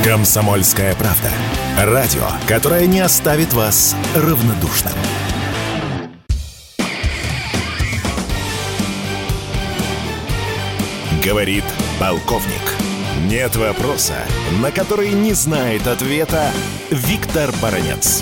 «Комсомольская правда». Радио, которое не оставит вас равнодушным. Говорит полковник. Нет вопроса, на который не знает ответа Виктор Баранец.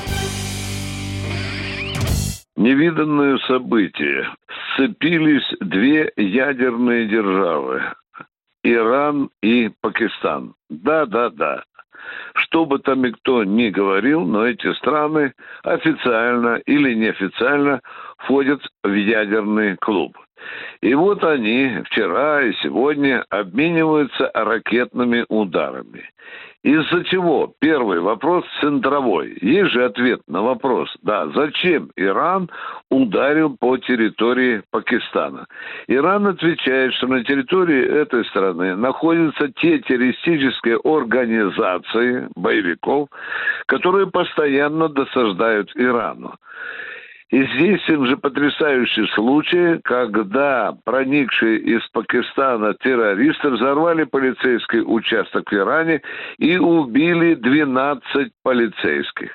Невиданное событие. Сцепились две ядерные державы. Иран и Пакистан. Да. Что бы там и кто ни говорил, но эти страны официально или неофициально входят в ядерный клуб. И вот они вчера и сегодня обмениваются ракетными ударами. Из-за чего? Первый вопрос центровой. Есть же ответ на вопрос. Да, зачем Иран ударил по территории Пакистана? Иран отвечает, что на территории этой страны находятся те террористические организации боевиков, которые постоянно досаждают Ирану. Известен же потрясающий случай, когда проникшие из Пакистана террористы взорвали полицейский участок в Иране и убили 12 полицейских.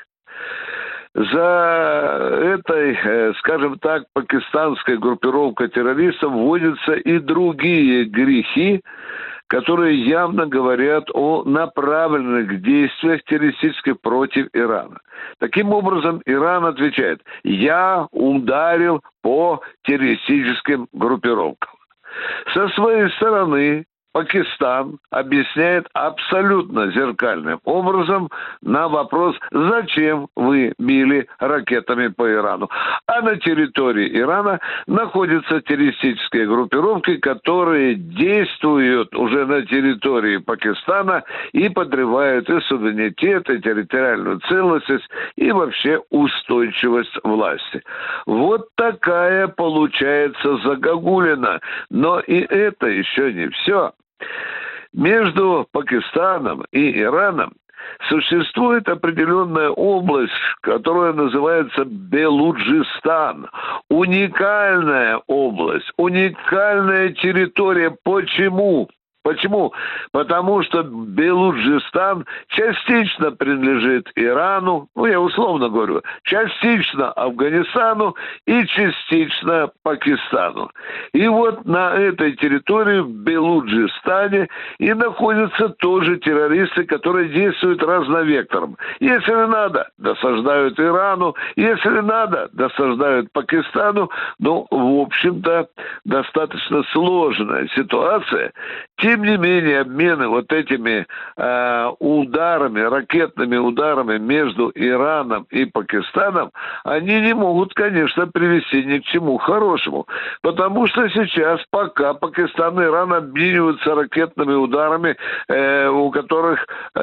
За этой, скажем так, пакистанской группировкой террористов вводятся и другие грехи, которые явно говорят о направленных действиях террористических против Ирана. Таким образом, Иран отвечает: «Я ударил по террористическим группировкам». Со своей стороны Пакистан объясняет абсолютно зеркальным образом на вопрос, зачем вы били ракетами по Ирану. А на территории Ирана находятся террористические группировки, которые действуют уже на территории Пакистана и подрывают и суверенитет, и территориальную целостность, и вообще устойчивость власти. Вот такая получается загогулина. Но и это еще не все. Между Пакистаном и Ираном существует определенная область, которая называется Белуджистан. Уникальная область, уникальная территория. Почему? Потому что Белуджистан частично принадлежит Ирану, я условно говорю, частично Афганистану и частично Пакистану. И вот на этой территории, в Белуджистане, и находятся тоже террористы, которые действуют разновектором. Если надо, досаждают Ирану, если надо, досаждают Пакистану. Но, в общем-то, достаточно сложная ситуация. Тем не менее, обмены вот этими ударами, ракетными ударами между Ираном и Пакистаном, они не могут, конечно, привести ни к чему хорошему. Потому что сейчас, пока Пакистан и Иран обмениваются ракетными ударами, у которых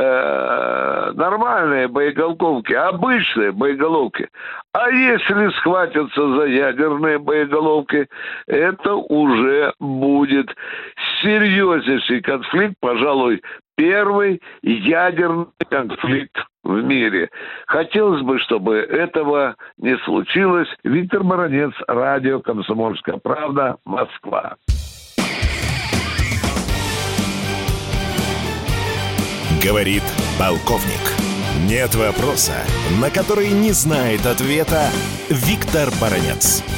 нормальные боеголовки, обычные боеголовки. А если схватятся за ядерные боеголовки, это уже будет серьезнейший конфликт, пожалуй, первый ядерный конфликт в мире. Хотелось бы, чтобы этого не случилось. Виктор Баранец, радио «Комсомольская правда», Москва. Говорит полковник. Нет вопроса, на который не знает ответа Виктор Баранец.